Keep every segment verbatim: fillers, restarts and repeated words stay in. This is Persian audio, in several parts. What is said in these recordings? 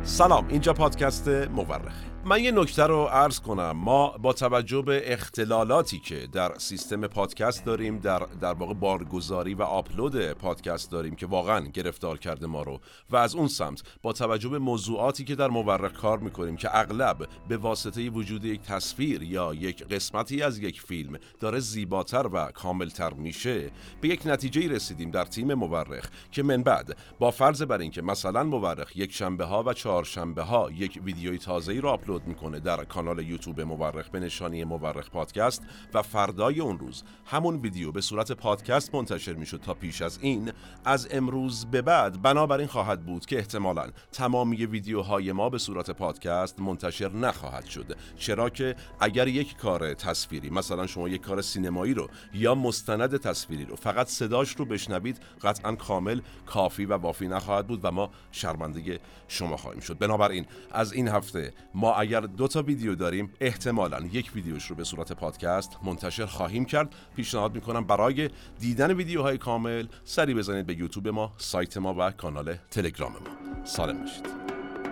سلام، اینجا پادکست مورخه. من یه نکته رو عرض کنم. ما با توجه به اختلالاتی که در سیستم پادکست داریم، در در واقع بارگذاری و آپلود پادکست داریم که واقعا گرفتار کرده ما رو، و از اون سمت با توجه به موضوعاتی که در مورخ کار میکنیم که اغلب به واسطه وجود یک تصویر یا یک قسمتی از یک فیلم داره زیباتر و کاملتر میشه، به یک نتیجه رسیدیم در تیم مورخ که من بعد با فرض بر اینکه مثلا مورخ یک شنبه ها و چهارشنبه ها یک ویدیوی تازه‌ای رو آپلود میکنه در کانال یوتیوب مورخ به نشانی مورخ پادکست و فردای اون روز همون ویدیو به صورت پادکست منتشر میشد تا پیش از این، از امروز به بعد بنابراین خواهد بود که احتمالاً تمامی ویدیوهای ما به صورت پادکست منتشر نخواهد شد، چرا که اگر یک کار تصویری، مثلا شما یک کار سینمایی رو یا مستند تصویری رو فقط صداش رو بشنوید، قطعاً کامل کافی و وافی نخواهد بود و ما شرمنده شما خواهیم شد. بنابراین از این هفته ما اگر دو تا ویدیو داریم، احتمالاً یک ویدیوش رو به صورت پادکست منتشر خواهیم کرد. پیشنهاد میکنم برای دیدن ویدیوهای کامل سری بزنید به یوتیوب ما، سایت ما و کانال تلگرام ما. سالم باشید.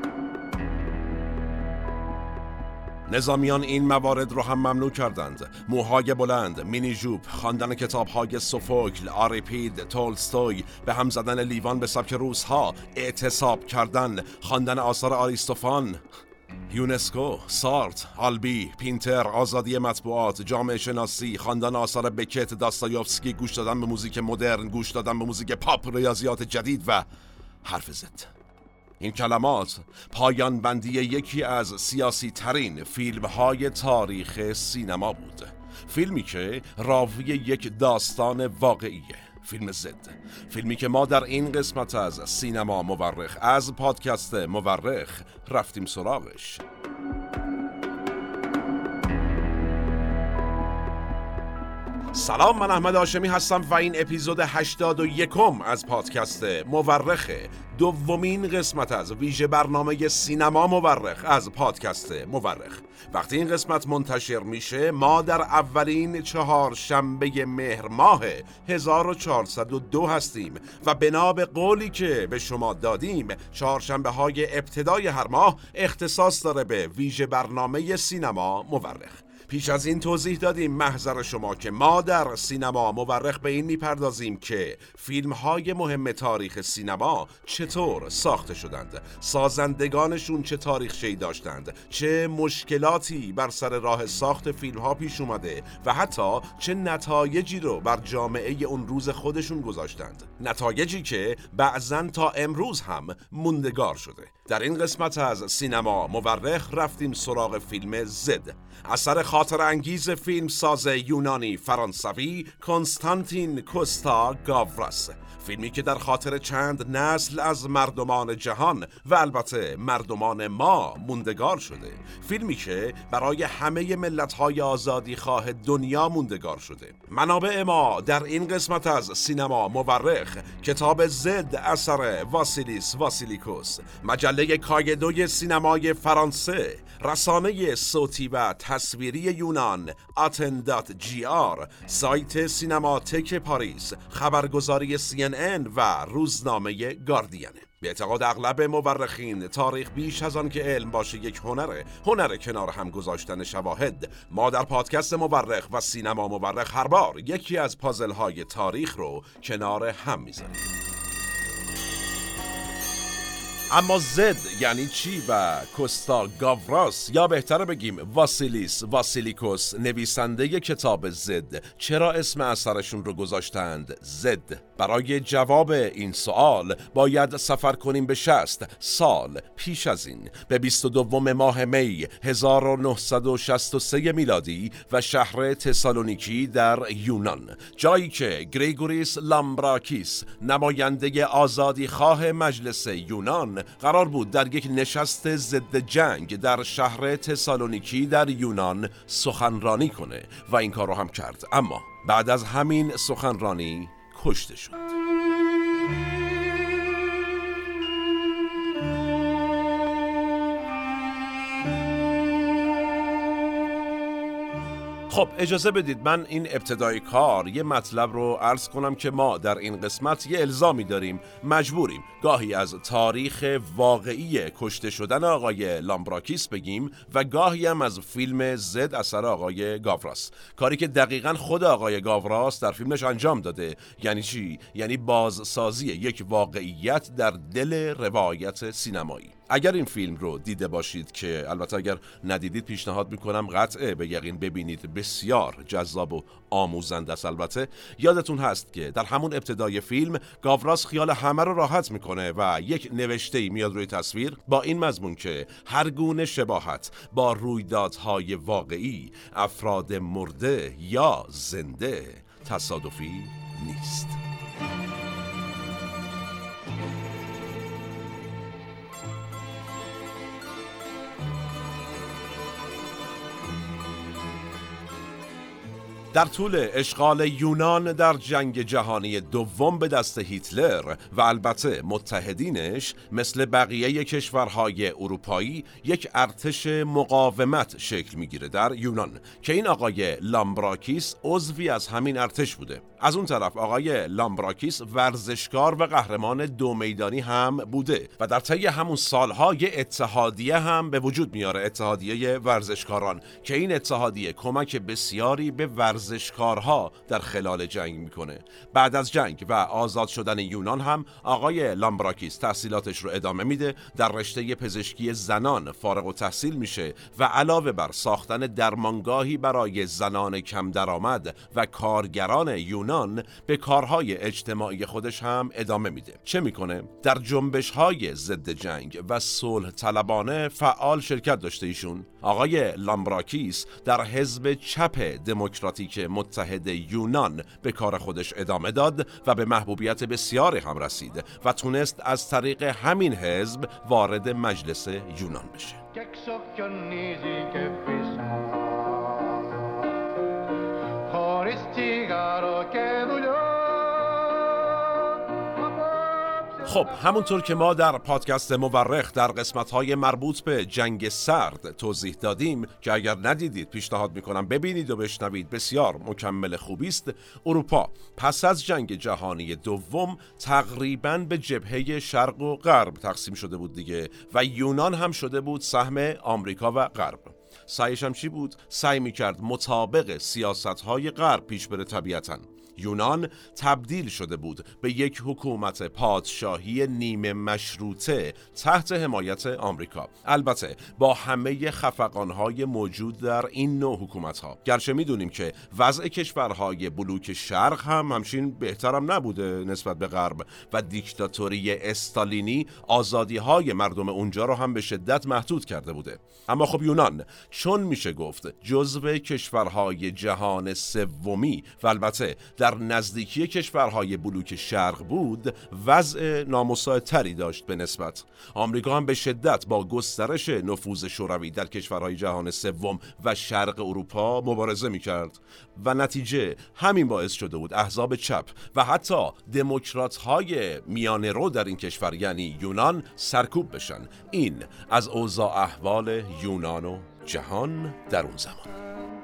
نظامیان این موارد رو هم ممنوع کردند. موهای بلند، مینی ژوب، خواندن کتاب‌های سوفوکل، آریپید، تولستوی، به هم زدن لیوان به سبک روس‌ها، اعتصاب کردن، خواندن آثار آریستوفان، یونسکو، سارت، آلبی، پینتر، آزادی مطبوعات، جامعه شناسی، خواندن آثار بکت، داستایوفسکی، گوش دادن به موزیک مدرن، گوش دادن به موزیک پاپ، ریاضیات جدید و حرف زد. این کلمات پایان بندی یکی از سیاسی ترین فیلم های تاریخ سینما بود. فیلمی که راوی یک داستان واقعیه. فیلم زد. فیلمی که ما در این قسمت از سینما مورخ از پادکست مورخ رفتیم سراغش. سلام، من احمد هاشمی هستم و این اپیزود هشتاد و یکم از پادکست مورخه، دومین قسمت از ویژه برنامه سینما مورخ از پادکست مورخ. وقتی این قسمت منتشر میشه ما در اولین چهارشنبه مهر ماه هزار و چهارصد و دو هستیم و بنا به قولی که به شما دادیم، چهارشنبه های ابتدای هر ماه اختصاص داره به ویژه برنامه سینما مورخ. پیش از این توضیح دادیم محضر شما که ما در سینما مورخ به این میپردازیم که فیلم‌های مهم تاریخ سینما چطور ساخته شدند، سازندگانشون چه تاریخچه‌ای داشتند، چه مشکلاتی بر سر راه ساخت فیلم‌ها پیش اومده و حتی چه نتایجی رو بر جامعه اون روز خودشون گذاشتند، نتایجی که بعضن تا امروز هم موندگار شده. در این قسمت از سینما مورخ رفتیم سراغ فیلم زد، اثر خاطر انگیز فیلم ساز یونانی فرانسوی کنستانتین کوستا گاوراس، فیلمی که در خاطر چند نسل از مردمان جهان و البته مردمان ما موندگار شده، فیلمی که برای همه ملت‌های آزادی خواه دنیا موندگار شده. منابع ما در این قسمت از سینما مورخ: کتاب زد اثر واسیلیس واسیلیکوس، مجله کایدوی سینمای فرانسه، رسانه صوتی و تصویری یونان آتن دات جی آر، سایت سینماتک پاریس، خبرگزاری سی ان ان و روزنامه گاردین. به اعتقاد اغلب مورخین، تاریخ بیش از آن که علم باشه یک هنره، هنر کنار هم گذاشتن شواهد. ما در پادکست مورخ و سینما مورخ هر بار یکی از پازل های تاریخ رو کنار هم میذاریم. اما زد یعنی چی و کوستا گاوراس، یا بهتره بگیم واسیلیس واسیلیکوس، نویسنده کتاب زد، چرا اسم اثرشون رو گذاشتند زد؟ برای جواب این سوال باید سفر کنیم به شصت سال پیش از این، به بیست و دوم ماه می هزار و نهصد و شصت و سه میلادی و شهر تسالونیکی در یونان، جایی که گریگوریس لامبراکیس، نماینده آزادی خواه مجلس یونان، قرار بود در یک نشست ضد جنگ در شهر تسالونیکی در یونان سخنرانی کنه و این کار رو هم کرد، اما بعد از همین سخنرانی کشته شد. خب اجازه بدید من این ابتدای کار یه مطلب رو عرض کنم که ما در این قسمت یه الزامی داریم، مجبوریم گاهی از تاریخ واقعی کشته شدن آقای لامبراکیس بگیم و گاهی هم از فیلم زد اثر آقای گاوراس، کاری که دقیقاً خود آقای گاوراس در فیلمش انجام داده. یعنی چی؟ یعنی بازسازی یک واقعیت در دل روایت سینمایی. اگر این فیلم رو دیده باشید، که البته اگر ندیدید پیشنهاد میکنم قطعه به یقین ببینید، بسیار جذاب و آموزنده است. البته یادتون هست که در همون ابتدای فیلم گاوراس خیال همه رو راحت میکنه و یک نوشته‌ای میاد روی تصویر با این مضمون که هر گونه شباهت با رویدادهای واقعی، افراد مرده یا زنده تصادفی نیست. در طول اشغال یونان در جنگ جهانی دوم به دست هیتلر و البته متحدینش، مثل بقیه کشورهای اروپایی یک ارتش مقاومت شکل میگیره در یونان که این آقای لامبراکیس عضوی از همین ارتش بوده. از اون طرف آقای لامبراکیس ورزشکار و قهرمان دو میدانی هم بوده و در طی همون سالها یه اتحادیه هم به وجود میاره، اتحادیه ورزشکاران، که این اتحادیه کمک بسیاری به ورزشکارها در خلال جنگ میکنه. بعد از جنگ و آزاد شدن یونان هم آقای لامبراکیس تحصیلاتش رو ادامه میده، در رشته پزشکی زنان فارغ التحصیل میشه و علاوه بر ساختن درمانگاهی برای زنان کم درآمد و کارگران یونان به کارهای اجتماعی خودش هم ادامه میده. چه میکنه؟ در جنبش‌های ضد جنگ و صلح طلبانه فعال شرکت داشته ایشون. آقای لامبراکیس در حزب چپ دموکراتیک متحد یونان به کار خودش ادامه داد و به محبوبیت بسیاری هم رسید و تونست از طریق همین حزب وارد مجلس یونان بشه. خب همونطور که ما در پادکست مورخ در قسمت‌های مربوط به جنگ سرد توضیح دادیم که اگر ندیدید پیشنهاد میکنم ببینید و بشنوید، بسیار مکمل خوبی است. اروپا پس از جنگ جهانی دوم تقریباً به جبهه شرق و غرب تقسیم شده بود دیگه و یونان هم شده بود سهم آمریکا و غرب. سعیش هم چی بود؟ سعی میکرد مطابق سیاست‌های غرب پیش بره. طبیعتاً یونان تبدیل شده بود به یک حکومت پادشاهی نیمه مشروطه تحت حمایت آمریکا، البته با همه خفقان‌های موجود در این نوع حکومت‌ها. گرچه می‌دونیم که وضع کشورهای بلوک شرق هم همچین بهترم نبوده نسبت به غرب و دیکتاتوری استالینی آزادی‌های مردم اونجا رو هم به شدت محدود کرده بوده. اما خب یونان چون میشه گفت جزو کشورهای جهان سومی و البته در نزدیکی کشورهای بلوک شرق بود، وضع نامساعدتری داشت به نسبت. آمریکا هم به شدت با گسترش نفوذ شوروی در کشورهای جهان سوم و شرق اروپا مبارزه میکرد و نتیجه همین باعث شده بود احزاب چپ و حتی دموکرات‌های میانه رو در این کشور یعنی یونان سرکوب بشن. این از اوضاع احوال یونان و جهان در اون زمان.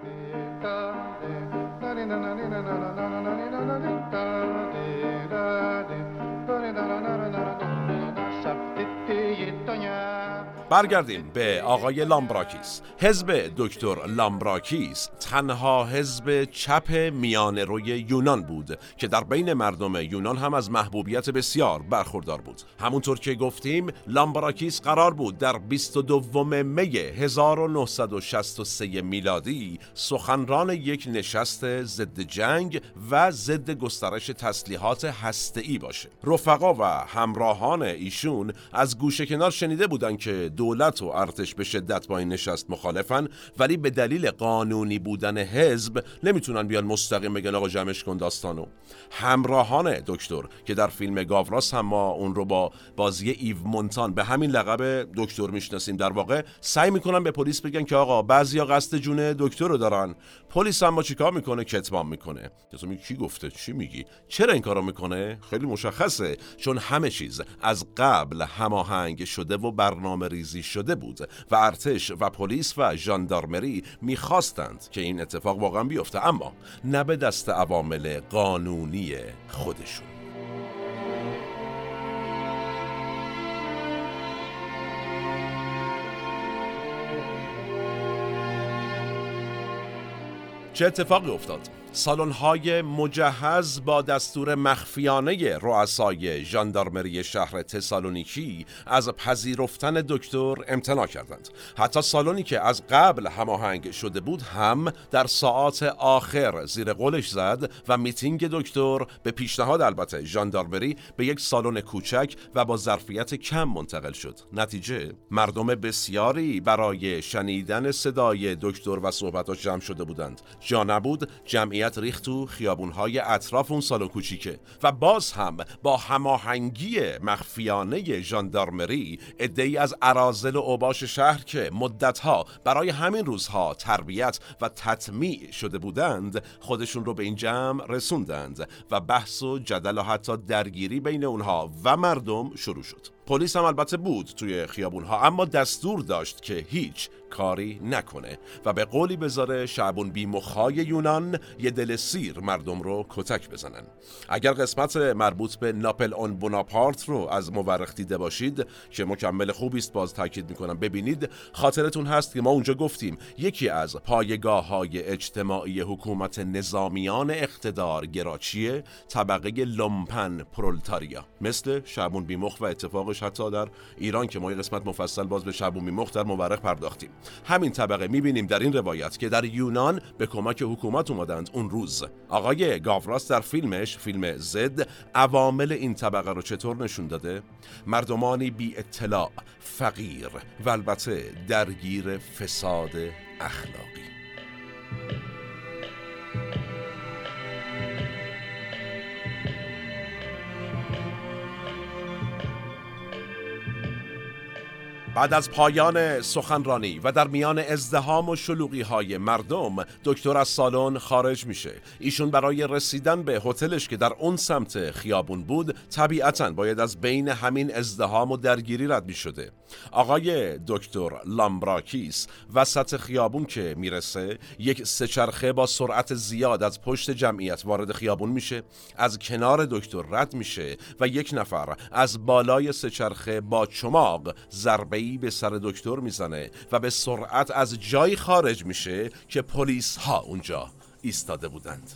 برگردیم به آقای لامبراکیس. حزب دکتر لامبراکیس تنها حزب چپ میانه روی یونان بود که در بین مردم یونان هم از محبوبیت بسیار برخوردار بود. همونطور که گفتیم لامبراکیس قرار بود در بیست و دوم می هزار و نهصد و شصت و سه میلادی سخنران یک نشست ضد جنگ و ضد گسترش تسلیحات هسته‌ای باشه. رفقا و همراهان ایشون از گوشه کنار شنیده بودن که دولت و ارتش به شدت با این نشست مخالفن، ولی به دلیل قانونی بودن حزب نمیتونن بیان مستقیم بگن آقا جمعش کن داستانو. همراهان دکتر که در فیلم گاوراس هم ما اون رو با بازی ایو مونتان به همین لقب دکتر میشناسیم، در واقع سعی میکنن به پلیس بگن که آقا بعضیا قصد جون دکتر رو دارن. پلیس هم با چیکار میکنه؟ کتمان میکنه. تو میگی کی گفته؟ چی میگی؟ چرا این کارو میکنه؟ خیلی مشخصه، چون همه چیز از قبل هماهنگ شده و برنامه‌ریزی ریزی شده بود و ارتش و پلیس و ژاندارمری می‌خواستند که این اتفاق واقعا بیفته، اما نه به دست عوامل قانونی خودشون. چه اتفاقی افتاد؟ سالن‌های مجهز با دستور مخفیانه رؤسای ژاندارمری شهر تسالونیکی از پذیرفتن دکتر امتناع کردند. حتی سالنی که از قبل هماهنگ شده بود هم در ساعات آخر زیر قولش زد و میتینگ دکتر به پیشنهاد البته ژاندارمری به یک سالن کوچک و با ظرفیت کم منتقل شد. نتیجه مردم بسیاری برای شنیدن صدای دکتر و صحبتاش جمع شده بودند. جا نبود، جمعیت ریخت تو خیابون‌های اطراف اون سالن کوچیکه و باز هم با هماهنگی مخفیانه ژاندارمری عده‌ای از اراذل و اوباش شهر که مدت‌ها برای همین روزها تربیت و تطمیع شده بودند خودشون رو به این جمع رسوندند و بحث و جدل و حتی درگیری بین اونها و مردم شروع شد. پلیس هم البته بود توی خیابون‌ها، اما دستور داشت که هیچ کاری نکنه و به قولی بذاره شعبون بیمخای یونان یه دل سیر مردم رو کتک بزنن. اگر قسمت مربوط به ناپل اون بوناپارت رو از مورخ دیده باشید که مکمل خوبی است، باز تاکید میکنم ببینید، خاطرتون هست که ما اونجا گفتیم یکی از پایگاه‌های اجتماعی حکومت نظامیان اقتدار گراچی طبقه لومپن پرولتاریا، مثل شعبون بیمخ و اتفاقش حتی در ایران که ما یه قسمت مفصل باز به شعبون بیمخ در مورخ پرداختیم. همین طبقه میبینیم در این روایت که در یونان به کمک حکومت اومدند اون روز. آقای گاوراس در فیلمش، فیلم زد، عوامل این طبقه رو چطور نشون داده؟ مردمانی بی اطلاع، فقیر و البته درگیر فساد اخلاقی. بعد از پایان سخنرانی و در میان ازدحام و شلوغی های مردم، دکتر از سالن خارج میشه. ایشون برای رسیدن به هتلش که در اون سمت خیابون بود طبیعتاً باید از بین همین ازدحام و درگیری رد میشده. آقای دکتر لامبراکیس وسط خیابون که میرسه، یک سه‌چرخه با سرعت زیاد از پشت جمعیت وارد خیابون میشه، از کنار دکتر رد میشه و یک نفر از بالای سه‌چرخه با چماق ضربه به سر دکتر میزنه و به سرعت از جایی خارج میشه که پلیس ها اونجا ایستاده بودند.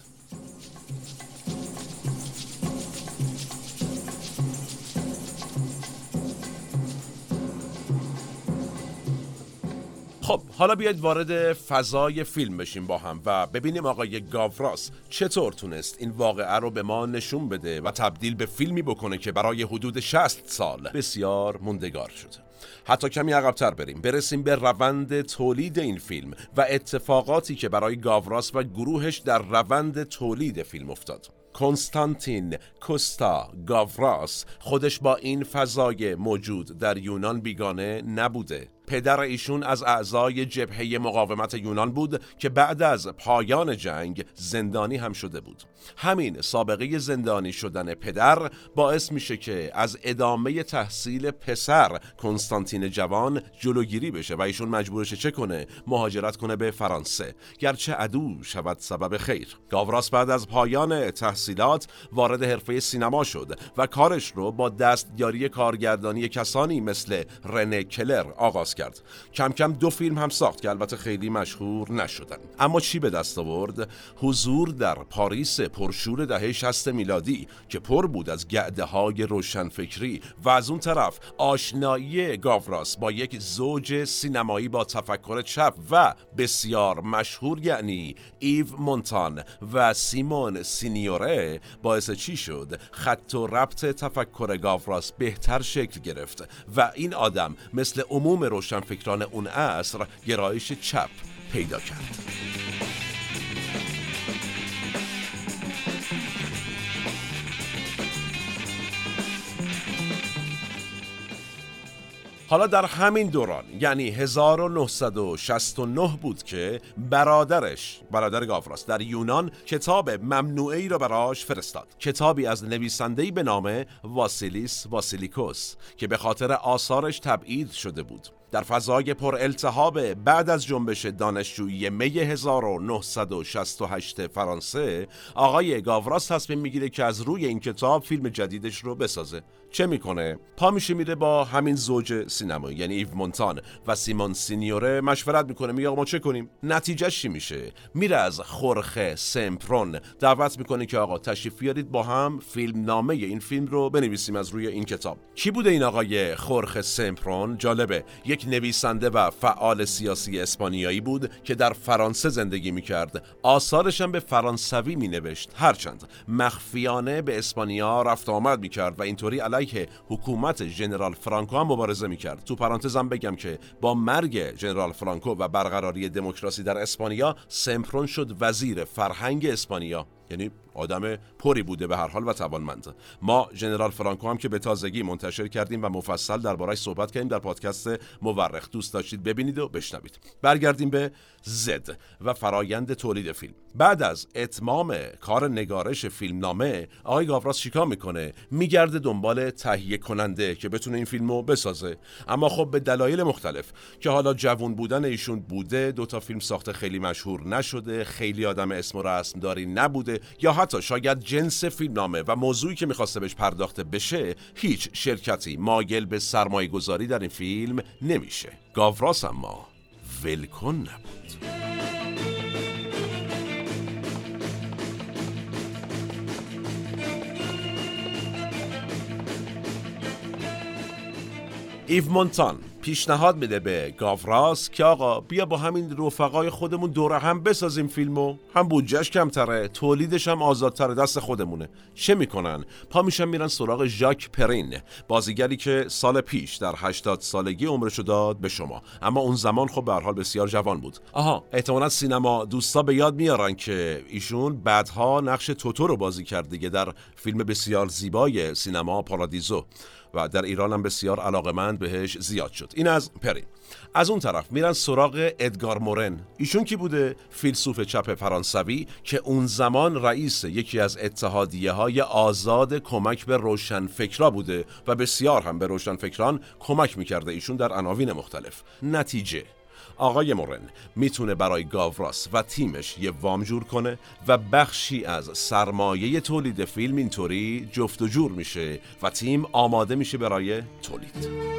خب حالا بیاید وارد فضای فیلم بشیم با هم و ببینیم آقای گاوراس چطور تونست این واقعه رو به ما نشون بده و تبدیل به فیلمی بکنه که برای حدود شصت سال بسیار موندگار شده. حتی کمی عقب‌تر بریم، برسیم به روند تولید این فیلم و اتفاقاتی که برای گاوراس و گروهش در روند تولید فیلم افتاد. کنستانتین کوستا گاوراس خودش با این فضای موجود در یونان بیگانه نبوده. پدر ایشون از اعضای جبهه مقاومت یونان بود که بعد از پایان جنگ زندانی هم شده بود. همین سابقه زندانی شدن پدر باعث میشه که از ادامه تحصیل پسر کنستانتین جوان جلوگیری بشه و ایشون مجبورشه چه کنه؟ مهاجرت کنه به فرانسه، گرچه عدو شود سبب خیر. گاوراس بعد از پایان تحصیلات وارد حرفه سینما شد و کارش رو با دستیاری کارگردانی کسانی مثل رنه کلر آغاز کرد. کم کم دو فیلم هم ساخت که البته خیلی مشهور نشدن. اما چی به دست آورد؟ حضور در پاریس پرشور دهه شصت میلادی که پر بود از گعده های روشنفکری و از اون طرف آشنایی گاوراس با یک زوج سینمایی با تفکر چپ و بسیار مشهور یعنی ایو مونتان و سیمون سینیوره باعث چی شد؟ خط و ربط تفکر گاوراس بهتر شکل گرفت و این آدم مثل عموم روشنفکران اون عصر گرایش چپ پیدا کرد. حالا در همین دوران یعنی هزار و نهصد و شصت و نه بود که برادرش برادر گاوراس در یونان کتاب ممنوعه‌ای را براش فرستاد. کتابی از نویسنده‌ای به نام واسیلیس واسیلیکوس که به خاطر آثارش تبعید شده بود. در فضای پر التهاب بعد از جنبش دانشجویی می هزار و نهصد و شصت و هشت فرانسه، آقای گاوراس تصمیم میگیره که از روی این کتاب فیلم جدیدش رو بسازه. چه میکنه؟ پا میشه میره با همین زوج سینمایی یعنی ایو مونتان و سیمون سینیوره مشورت میکنه، میگه آقا ما چه کنیم؟ نتیجهش چی میشه؟ میره از خورخه سمپرون دعوت میکنه که آقا تشریف بیارید با هم فیلم نامه این فیلم رو بنویسیم از روی این کتاب. کی بوده این آقای خورخه سمپرون؟ جالبه، یک نویسنده و فعال سیاسی اسپانیایی بود که در فرانسه زندگی میکرد. آثارش هم به فرانسوی مینوشت، هرچند مخفیانه به اسپانیا رفت آمد میکرد و اینطوری علیه حکومت ژنرال فرانکو هم مبارزه میکرد. تو پرانتزم بگم که با مرگ ژنرال فرانکو و برقراری دموکراسی در اسپانیا، سمپرون شد وزیر فرهنگ اسپانیا. یعنی آدم پری بوده به هر حال و توانمند. ما ژنرال فرانکو هم که به تازگی منتشر کردیم و مفصل درباره‌اش صحبت کردیم در پادکست مورخ، دوست داشتید ببینید و بشنوید. برگردیم به زد و فرایند تولید فیلم. بعد از اتمام کار نگارش فیلمنامه، آقای گاوراس چیکار میکنه؟ میگرده دنبال تهیه کننده که بتونه این فیلمو بسازه. اما خب به دلایل مختلف که حالا جوان بودن ایشون بوده، دو تا فیلم ساخته خیلی مشهور نشده، خیلی آدم اسم و رسم داری نبوده، یا حتی شاید جنس فیلمنامه و موضوعی که میخواسته بهش پرداخته بشه، هیچ شرکتی مایل به سرمایه گذاری در این فیلم نمیشه. گاوراس اما ولکن نبود. ایو مونتان پیشنهاد میده به گاوراس که آقا بیا با همین رفقای خودمون دوره هم بسازیم فیلمو، هم بودجهش کمتره، تولیدش هم آزادتره، دست خودمونه. چه میکنن؟ پا میشن میرن سراغ ژاک پرین، بازیگری که سال پیش در هشتاد سالگی عمرشو داد به شما، اما اون زمان خب به هر حال بسیار جوان بود. آها، احتمالاً سینما دوستا به یاد میارن که ایشون بعدها نقش توتو رو بازی کرد دیگه در فیلم بسیار زیبای سینما پارادیزو و در ایران هم بسیار علاقمند بهش زیاد شد. این از پرین. از اون طرف میرن سراغ ادگار مورن. ایشون کی بوده؟ فیلسوف چپ فرانسوی که اون زمان رئیس یکی از اتحادیه های آزاد کمک به روشنفکرا بوده و بسیار هم به روشنفکران کمک میکرده ایشون در عناوین مختلف. نتیجه آقای مورن میتونه برای گاوراس و تیمش یه وام جور کنه و بخشی از سرمایه تولید فیلم اینطوری جفت و جور میشه و تیم آماده میشه برای تولید.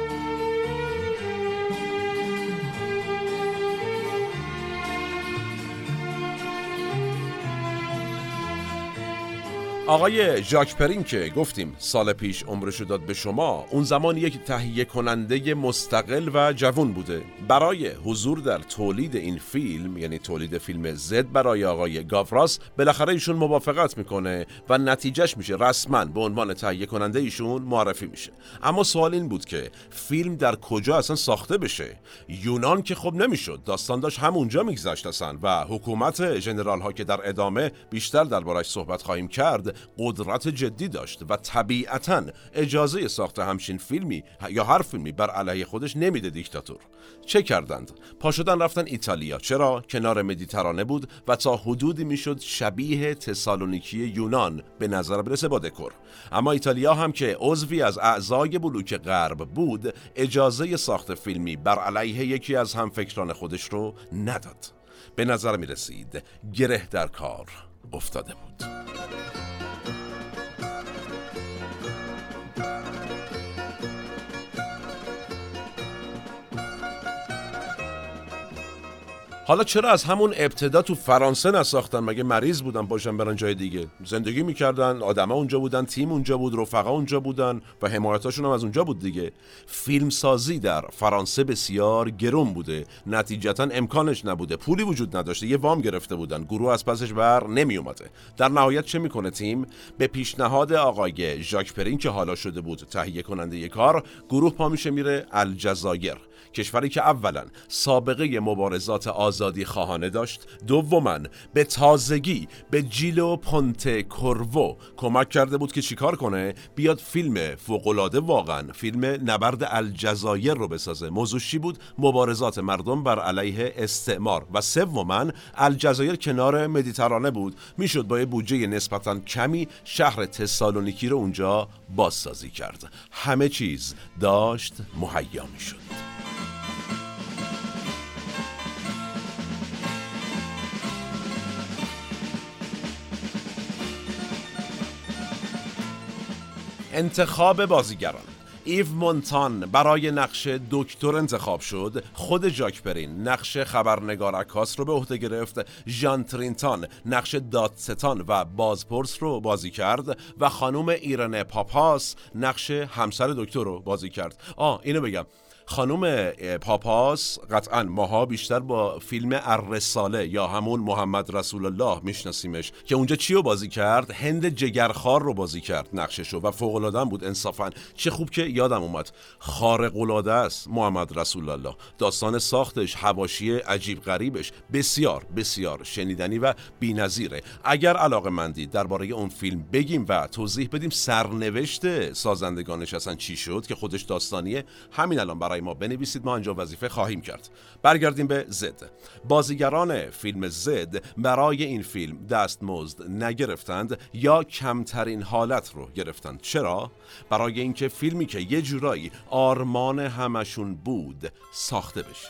آقای ژاک پرین که گفتیم سال پیش عمرشو داد به شما، اون زمان یک تهیه کننده مستقل و جوان بوده. برای حضور در تولید این فیلم، یعنی تولید فیلم زد برای آقای گاوراس، بالاخره ایشون موافقت میکنه و نتیجهش میشه رسما به عنوان تهیه کننده ایشون معرفی میشه. اما سوال این بود که فیلم در کجا اصلا ساخته بشه؟ یونان که خب نمیشد، داستان داشت همونجا میگذشت اصلا و حکومت ژنرال ها که در ادامه بیشتر دربارش صحبت خواهیم کرد قدرت جدی داشت و طبیعتاً اجازه ساخت همچین فیلمی یا هر فیلمی بر علیه خودش نمیده دیکتاتور. چه کردند؟ پا شدن رفتن ایتالیا. چرا؟ کنار مدیترانه بود و تا حدودی میشد شبیه تسالونیکی یونان به نظر برسه با دکور. اما ایتالیا هم که عضوی از اعضای بلوک غرب بود، اجازه ساخت فیلمی بر علیه یکی از همفکران خودش رو نداد. به نظر می رسید گره در کار افتاده بود. حالا چرا از همون ابتدا تو فرانسه نساختن؟ مگه مریض بودن باشن برن جای دیگه؟ زندگی میکردن، آدما اونجا بودن، تیم اونجا بود، رفقا اونجا بودن و حمایتاشون هم از اونجا بود دیگه. فیلم سازی در فرانسه بسیار گرون بوده، نتیجتا امکانش نبوده، پولی وجود نداشته، یه وام گرفته بودن، گروه از پسش بر نمی اومده. در نهایت چه میکنه تیم؟ به پیشنهاد آقای ژاک پرین که حالا شده بود تهیه کننده کار، گروه پا میشه میره الجزایر، کشوری که اولا سابقه مبارزات آزادی آزادی خواهانه داشت. دوماً به تازگی به جیلو پونته کورو کمک کرده بود که چیکار کنه؟ بیاد فیلم فوق‌العاده، واقعاً فیلم نبرد الجزایر رو بسازه. موضوعش چی بود؟ مبارزات مردم بر علیه استعمار. و سوماً الجزایر کنار مدیترانه بود، میشد با یه بودجه نسبتاً کمی شهر تسالونیکی رو اونجا بازسازی کرد. همه چیز داشت مهیا میشد. انتخاب بازیگران: ایو مونتان برای نقش دکتر انتخاب شد. خود ژاک پرین نقش خبرنگار عکاس رو به عهده گرفت. ژان ترینتان نقش دادستان و بازپرس رو بازی کرد و خانم ایرنه پاپاس نقش همسر دکتر رو بازی کرد. آه اینو بگم، خانم پاپاس قطعاً ماها بیشتر با فیلم الرساله یا همون محمد رسول الله میشناسیمش که اونجا چی رو بازی کرد؟ هند جگرخوار رو بازی کرد نقششو و فوق‌العاده بود. انصافاً چه خوب که یادم اومد، خارق‌العاده است محمد رسول الله. داستان ساختش، حواشی عجیب غریبش بسیار بسیار شنیدنی و بی‌نظیره. اگر علاقه‌مندید درباره اون فیلم بگیم و توضیح بدیم سرنوشت سازندگانش اصلا چی شد که خودش داستانیه، همین الان برای ما بنویسید، ما انجام وظیفه خواهیم کرد. برگردیم به زد. بازیگران فیلم زد برای این فیلم دستمزد نگرفتند یا کمترین حالت رو گرفتند. چرا؟ برای اینکه فیلمی که یه جورایی آرمان همشون بود ساخته بشه.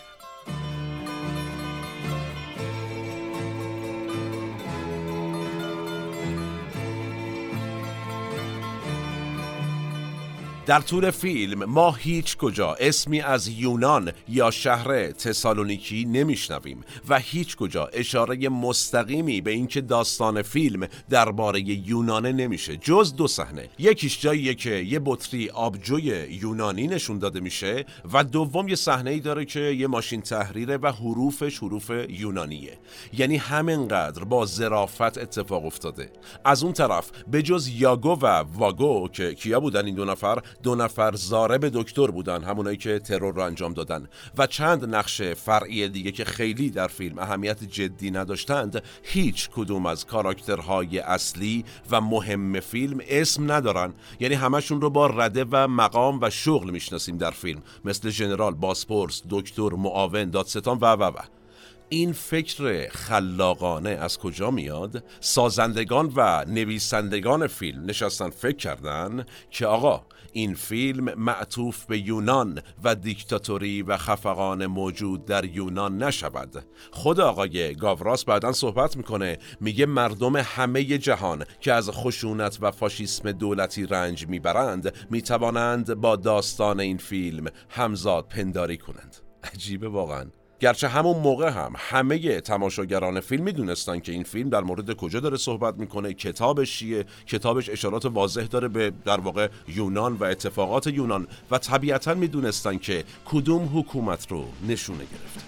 در طول فیلم ما هیچ کجا اسمی از یونان یا شهر تسالونیکی نمیشنویم و هیچ کجا اشاره مستقیمی به اینکه داستان فیلم درباره یونانه نمیشه، جز دو صحنه. یکیش جاییه که یه بطری آبجوی یونانی نشون داده میشه و دوم یه صحنه‌ای داره که یه ماشین تحریره و حروفش حروف یونانیه. یعنی همینقدر با ظرافت اتفاق افتاده. از اون طرف به جز یاگو و واگو که کیا بودن این دو نفر؟ دو نفر ضارب دکتر بودن، همونایی که ترور رو انجام دادن، و چند نقش فرعی دیگه که خیلی در فیلم اهمیت جدی نداشتند. هیچ کدوم از کاراکترهای اصلی و مهم فیلم اسم ندارن، یعنی همشون رو با رده و مقام و شغل میشناسیم در فیلم، مثل ژنرال، بازپرس، دکتر، معاون، دادستان و و و این فکر خلاقانه از کجا میاد؟ سازندگان و نویسندگان فیلم نشستن فکر کردن که آقا این فیلم معطوف به یونان و دیکتاتوری و خفقان موجود در یونان نشود. خود آقای گاوراس بعداً صحبت میکنه، میگه مردم همه جهان که از خشونت و فاشیسم دولتی رنج میبرند میتوانند با داستان این فیلم همزاد پنداری کنند. عجیبه واقعاً. گرچه همون موقع هم همه تماشاگران فیلم میدونستن که این فیلم در مورد کجا داره صحبت میکنه، کتابش چیه. کتابش اشارات واضح داره به در واقع یونان و اتفاقات یونان و طبیعتاً میدونستن که کدوم حکومت رو نشونه گرفته.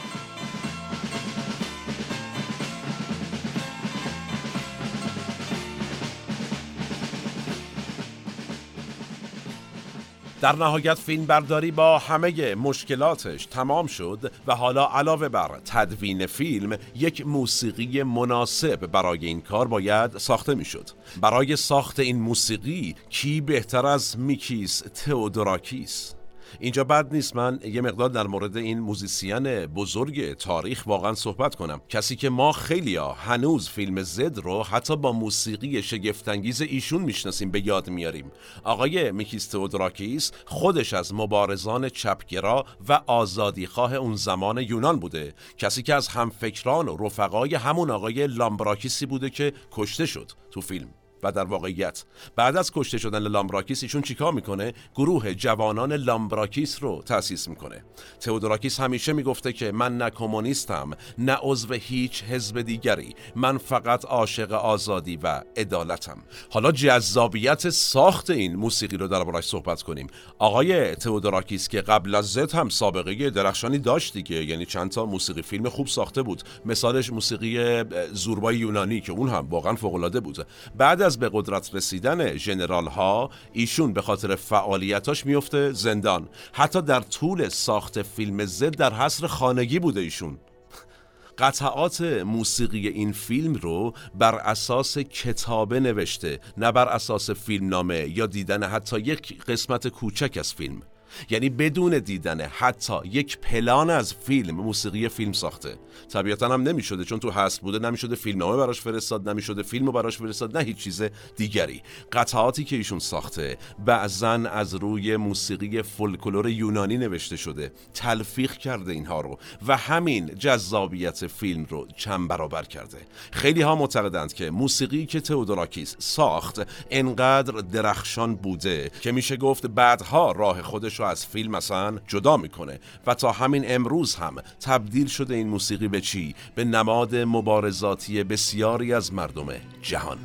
در نهایت فیلم برداری با همه مشکلاتش تمام شد و حالا علاوه بر تدوین فیلم یک موسیقی مناسب برای این کار باید ساخته میشد. برای ساخت این موسیقی کی بهتر از میکیس تئودوراکیس؟ اینجا بد نیست من یه مقدار در مورد این موزیسین بزرگ تاریخ واقعا صحبت کنم، کسی که ما خیلیا هنوز فیلم زد رو حتی با موسیقی شگفت‌انگیز ایشون میشناسیم، به یاد میاریم. آقای میکیس تئودوراکیس خودش از مبارزان چپگرا و آزادیخواه اون زمان یونان بوده، کسی که از همفکران و رفقای همون آقای لامبراکیسی بوده که کشته شد تو فیلم. و در واقعیت بعد از کشته شدن لامبراکیس ایشون چیکار میکنه؟ گروه جوانان لامبراکیس رو تأسیس میکنه. تئودوراکیس همیشه میگفته که من نه کمونیستم نه عضو هیچ حزب دیگری، من فقط عاشق آزادی و عدالتم. حالا جذابیت ساخت این موسیقی رو دربارش صحبت کنیم. آقای تئودوراکیس که قبل از زد هم سابقه درخشانی داشت دیگه، یعنی چند تا موسیقی فیلم خوب ساخته بود، مثالش موسیقی زوربای یونانی که اون هم واقعا فوق العاده بود. بعد از به قدرت رسیدن ژنرال ها ایشون به خاطر فعالیتاش میفته زندان. حتی در طول ساخت فیلم زد در حصر خانگی بوده ایشون. قطعات موسیقی این فیلم رو بر اساس کتابه نوشته، نه بر اساس فیلم نامه یا دیدن حتی یک قسمت کوچک از فیلم. یعنی بدون دیدن حتی یک پلان از فیلم موسیقی فیلم ساخته. طبیعتا هم نمیشده، چون تو هست بوده، نمیشده فیلمنامه براش فرستاد، نمیشده فیلمو براش فرستاد، نه هیچ چیز دیگری. قطعاتی که ایشون ساخته بعضاً از روی موسیقی فولکلور یونانی نوشته شده، تلفیق کرده اینها رو و همین جذابیت فیلم رو چند برابر کرده. خیلی ها معتقدند که موسیقی که تئودوراکیس ساخت انقدر درخشان بوده که میشه گفت بعدها راه خودش رو از فیلم مثلا جدا میکنه و تا همین امروز هم تبدیل شده این موسیقی به چی؟ به نماد مبارزاتی بسیاری از مردم جهان.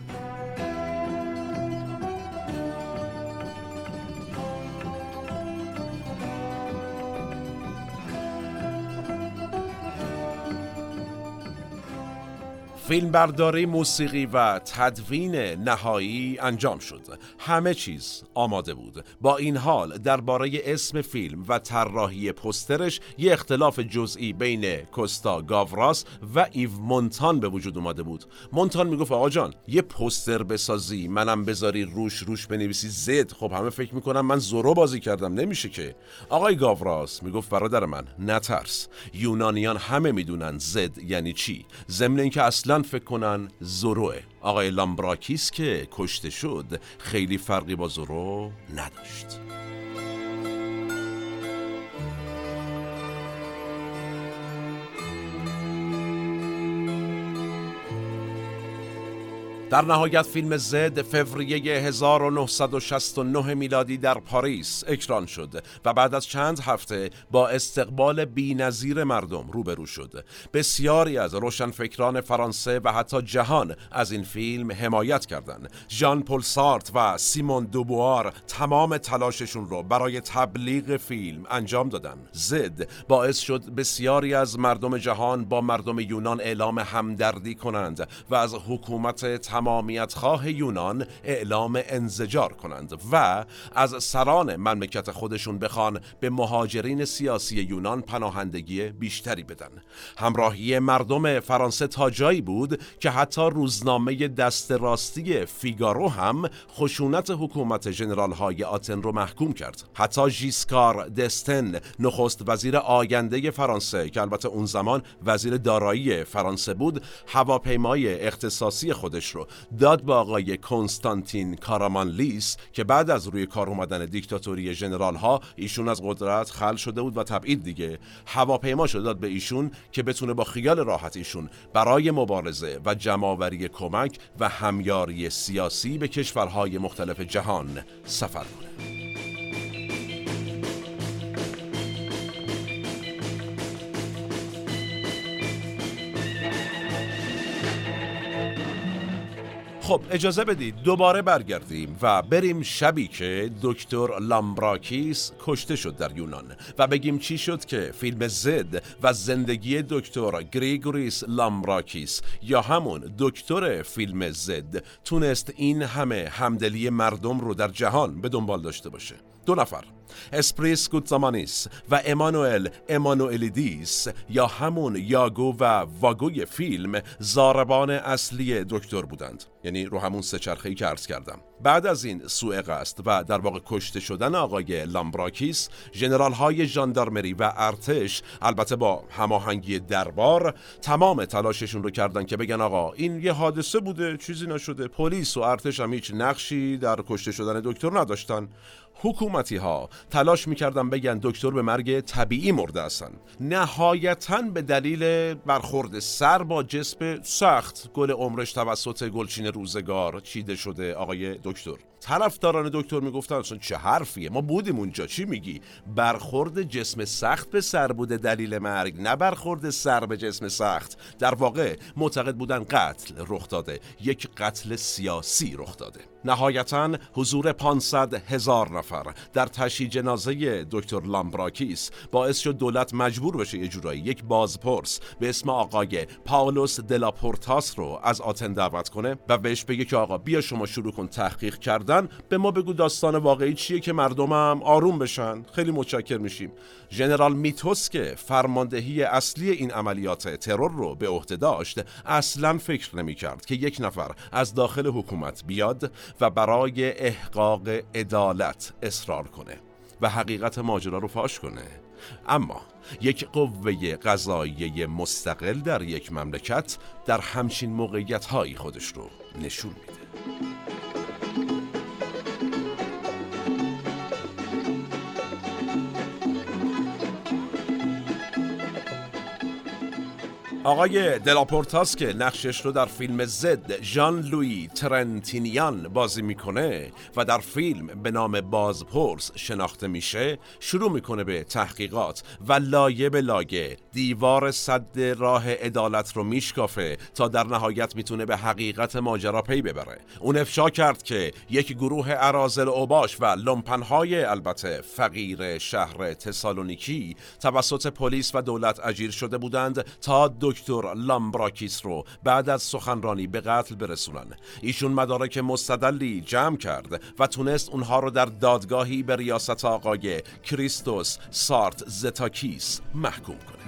فیلمبرداری، موسیقی و تدوین نهایی انجام شد. همه چیز آماده بود. با این حال درباره اسم فیلم و طراحی پوسترش یه اختلاف جزئی بین کوستا گاوراس و ایو مونتان به وجود اومده بود. مونتان میگفت آقا جان یه پوستر بسازی، منم بذاری روش روش بنویسی زد، خب همه فکر میکنم من زورو بازی کردم، نمیشه که. آقای گاوراس میگفت برادر من نترس، یونانیان همه میدونن زد یعنی چی، ضمن اینکه اصلا فکر کنن زوروه. آقای لامبراکیس که کشته شد خیلی فرقی با زورو نداشت. در نهایت فیلم زد فوریه هزار و نهصد و شصت و نه میلادی در پاریس اکران شد و بعد از چند هفته با استقبال بی‌نظیر مردم روبرو شد. بسیاری از روشنفکران فرانسه و حتی جهان از این فیلم حمایت کردند. ژان پل سارت و سیمون دوبوار تمام تلاششون رو برای تبلیغ فیلم انجام دادن. زد باعث شد بسیاری از مردم جهان با مردم یونان اعلام همدردی کنند و از حکومت تمامیت خواه یونان اعلام انزجار کنند و از سران مملکت خودشون بخوان به مهاجرین سیاسی یونان پناهندگی بیشتری بدن. همراهی مردم فرانسه تا جایی بود که حتی روزنامه دست راستی فیگارو هم خشونت حکومت ژنرال های آتن رو محکوم کرد. حتی ژیسکار دستن، نخست وزیر آینده فرانسه که البته اون زمان وزیر دارایی فرانسه بود، هواپیمای اختصاصی خودش رو داد به آقای کنستانتین کارامانلیس که بعد از روی کار اومدن دیکتاتوری ژنرال ها ایشون از قدرت خلع شده بود و تبعید دیگه، هواپیماشو داد به ایشون که بتونه با خیال راحت ایشون برای مبارزه و جمع‌آوری کمک و همیاری سیاسی به کشورهای مختلف جهان سفر کنه. خب اجازه بدید دوباره برگردیم و بریم شبی که دکتر لامبراکیس کشته شد در یونان و بگیم چی شد که فیلم زد و زندگی دکتر گریگوریس لامبراکیس یا همون دکتر فیلم زد تونست این همه همدلی مردم رو در جهان به دنبال داشته باشه. دو نفر، اسپریس گوتزامانیس و امانوئل امانوئلیدیس یا همون یاگو و واگوی فیلم زاربان اصلی دکتر بودند، یعنی رو همون سه چرخه‌ای که عرض کردم. بعد از این سوء قصد و در واقع کشته شدن آقای لامبراکیس، ژنرال های ژاندارمری و ارتش البته با هماهنگی دربار تمام تلاششون رو کردن که بگن آقا این یه حادثه بوده، چیزی نشده. پلیس و ارتش هم هیچ نقشی در کشته شدن دکتر نداشتن. حکومتی ها تلاش میکردن بگن دکتر به مرگ طبیعی مرده هستن. نهایتاً به دلیل برخورد سر با جسم سخت گل عمرش توسط گلچین روزگار چیده شده آقای دکتر. طرفداران دکتر میگفتن اصلا چه حرفیه، ما بودیم اونجا، چی میگی؟ برخورد جسم سخت به سر بوده دلیل مرگ، نه برخورد سر به جسم سخت. در واقع معتقد بودن قتل رخ داده، یک قتل سیاسی رخ داده. نهایتاً حضور پانصد هزار نفر در تشییع جنازه دکتر لامبراکیس باعث شد دولت مجبور بشه یه جورایی یک بازپرس به اسم آقای پاولوس دلاپورتاس رو از آتن دعوت کنه و بهش بگه که آقا بیا شما شروع کن تحقیق کردن کردن، به ما بگو داستان واقعی چیه که مردمم آروم بشن. خیلی متشکر میشیم. ژنرال میتوس که فرماندهی اصلی این عملیات ترور رو به عهده داشت، اصلاً فکر نمی‌کرد که یک نفر از داخل حکومت بیاد و برای احقاق عدالت اصرار کنه و حقیقت ماجرا رو فاش کنه. اما یک قوه قضاییه مستقل در یک مملکت در همچین موقعیت‌هایی خودش رو نشون میده. آقای دلاپورتاس که نقشش رو در فیلم زد ژان لویی ترنتینیان بازی میکنه و در فیلم به نام بازپرس شناخته میشه، شروع میکنه به تحقیقات و لایه به لایه دیوار سد راه عدالت رو میشکافه تا در نهایت میتونه به حقیقت ماجرا پی ببره. اون افشا کرد که یک گروه اراذل اوباش و لومپنهای البته فقیر شهر تسالونیکی توسط پلیس و دولت اجیر شده بودند تا دکتر لامبراکیس رو بعد از سخنرانی به قتل برسونن. ایشون مدارک مستدلی جمع کرد و تونست اونها رو در دادگاهی به ریاست آقای کریستوس سارت زتاکیس محکوم کنه.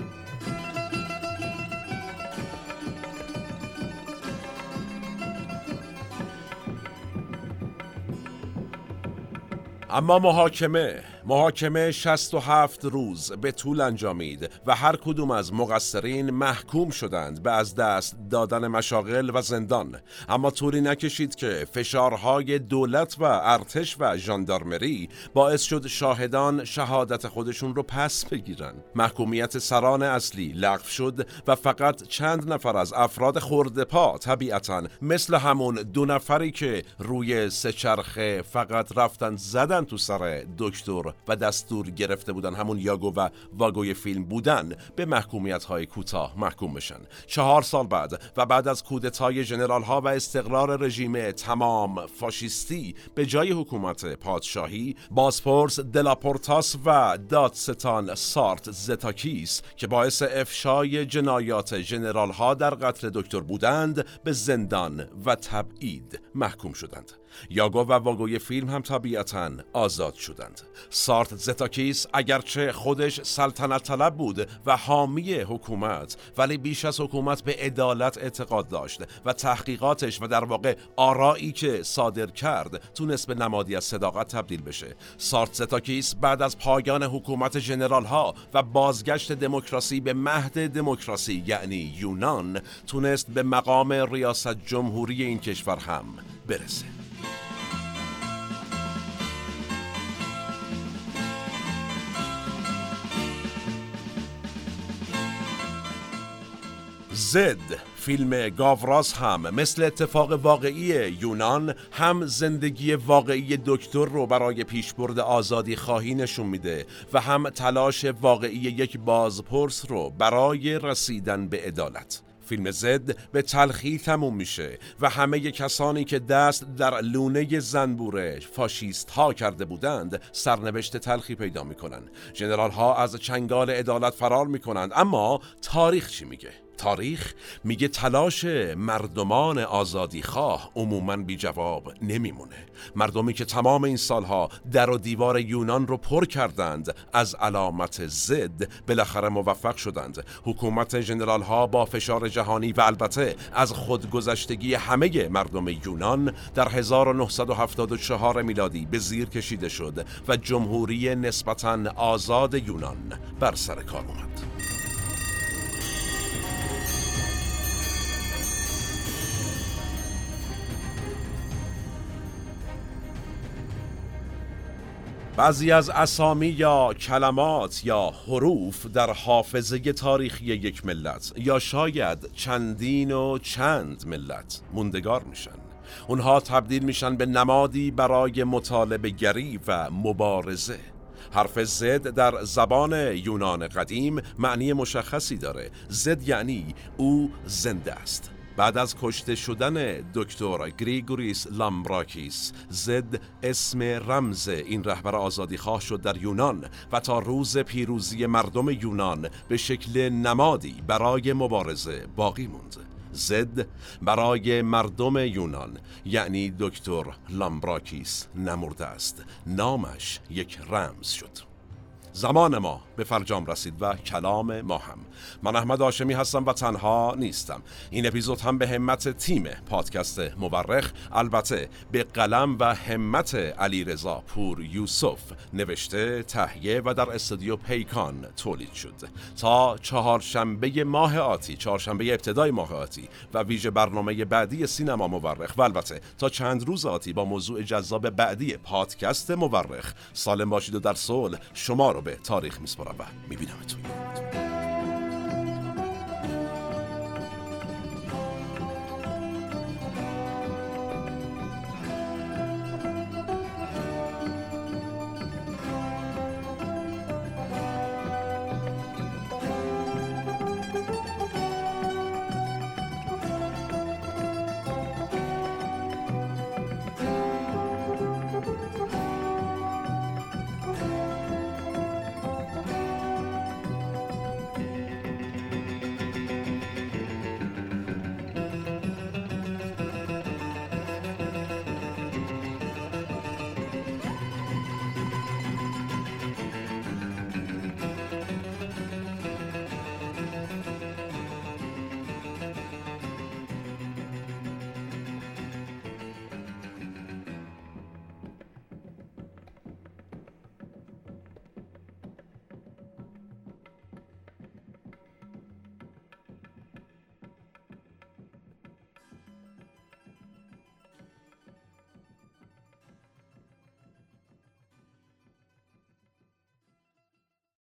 اما محاکمه محاکمه شصت و هفت روز به طول انجامید و هر کدوم از مقصرین محکوم شدند به از دست دادن مشاغل و زندان. اما طولی نکشید که فشارهای دولت و ارتش و ژاندارمری باعث شد شاهدان شهادت خودشون رو پس بگیرن. محکومیت سران اصلی لغو شد و فقط چند نفر از افراد خرده‌پا، طبیعتاً مثل همون دو نفری که روی سه چرخه فقط رفتن زدن تو سر دکتر و دستور گرفته بودن، همون یاگو و واگوی فیلم بودن، به محکومیت‌های کوتاه محکوم بشن. چهار سال بعد و بعد از کودتای ژنرال‌ها و استقرار رژیم تمام فاشیستی به جای حکومت پادشاهی، بازپرس دلاپورتاس و دادستان سارت زتاکیس که باعث افشای جنایات ژنرال‌ها در قتل دکتر بودند، به زندان و تبعید محکوم شدند. یاگو و واگوی فیلم هم طبیعتاً آزاد شدند. سارت زتاکیس اگرچه خودش سلطنت طلب بود و حامی حکومت، ولی بیش از حکومت به عدالت اعتقاد داشت و تحقیقاتش و در واقع آرایی که صادر کرد تونست به نمادی از صداقت تبدیل بشه. سارت زتاکیس بعد از پایان حکومت ژنرال‌ها و بازگشت دموکراسی به مهد دموکراسی یعنی یونان، تونست به مقام ریاست جمهوری این کشور هم برسه. زد فیلم گاوراس هم مثل اتفاق واقعی یونان هم زندگی واقعی دکتر رو برای پیشبرد آزادی خواهی نشون میده و هم تلاش واقعی یک بازپرس رو برای رسیدن به عدالت. فیلم زد به تلخی تموم میشه و همه کسانی که دست در لونه زنبور فاشیست ها کرده بودند سرنوشت تلخی پیدا میکنن. ژنرال ها از چنگال عدالت فرار میکنند. اما تاریخ چی میگه؟ تاریخ میگه تلاش مردمان آزادی خواه عموماً بی جواب نمیمونه. مردمی که تمام این سالها در و دیوار یونان رو پر کردند از علامت زد بالاخره موفق شدند. حکومت ژنرال ها با فشار جهانی و البته از خودگذشتگی همه مردم یونان در هزار و نهصد و هفتاد و چهار میلادی به زیر کشیده شد و جمهوری نسبتاً آزاد یونان بر سر کار اومد. بعضی از اسامی یا کلمات یا حروف در حافظه تاریخی یک ملت یا شاید چندین و چند ملت موندگار میشن. اونها تبدیل میشن به نمادی برای مطالبه گری و مبارزه. حرف زد در زبان یونان قدیم معنی مشخصی داره. زد یعنی او زنده است. بعد از کشته شدن دکتر گریگوریس لامبراکیس، زد اسم رمز این رهبر آزادیخواه شد در یونان و تا روز پیروزی مردم یونان به شکل نمادی برای مبارزه باقی موند. زد برای مردم یونان، یعنی دکتر لامبراکیس نمرده است. نامش یک رمز شد. زمان ما به فرجام رسید و کلام ما هم. من احمد هاشمی هستم و تنها نیستم. این اپیزود هم به همت تیم پادکست مورخ، البته به قلم و همت علیرضا پور یوسف نوشته، تهیه و در استودیو پیکان تولید شد. تا چهارشنبه ماه آتی، چهارشنبه ابتدای ماه آتی و ویژه برنامه بعدی سینما مورخ و البته تا چند روز آتی با موضوع جذاب بعدی پادکست مورخ، سالم باشید و در صلح. شما رو به تاریخ میسپارم و میبینمتون.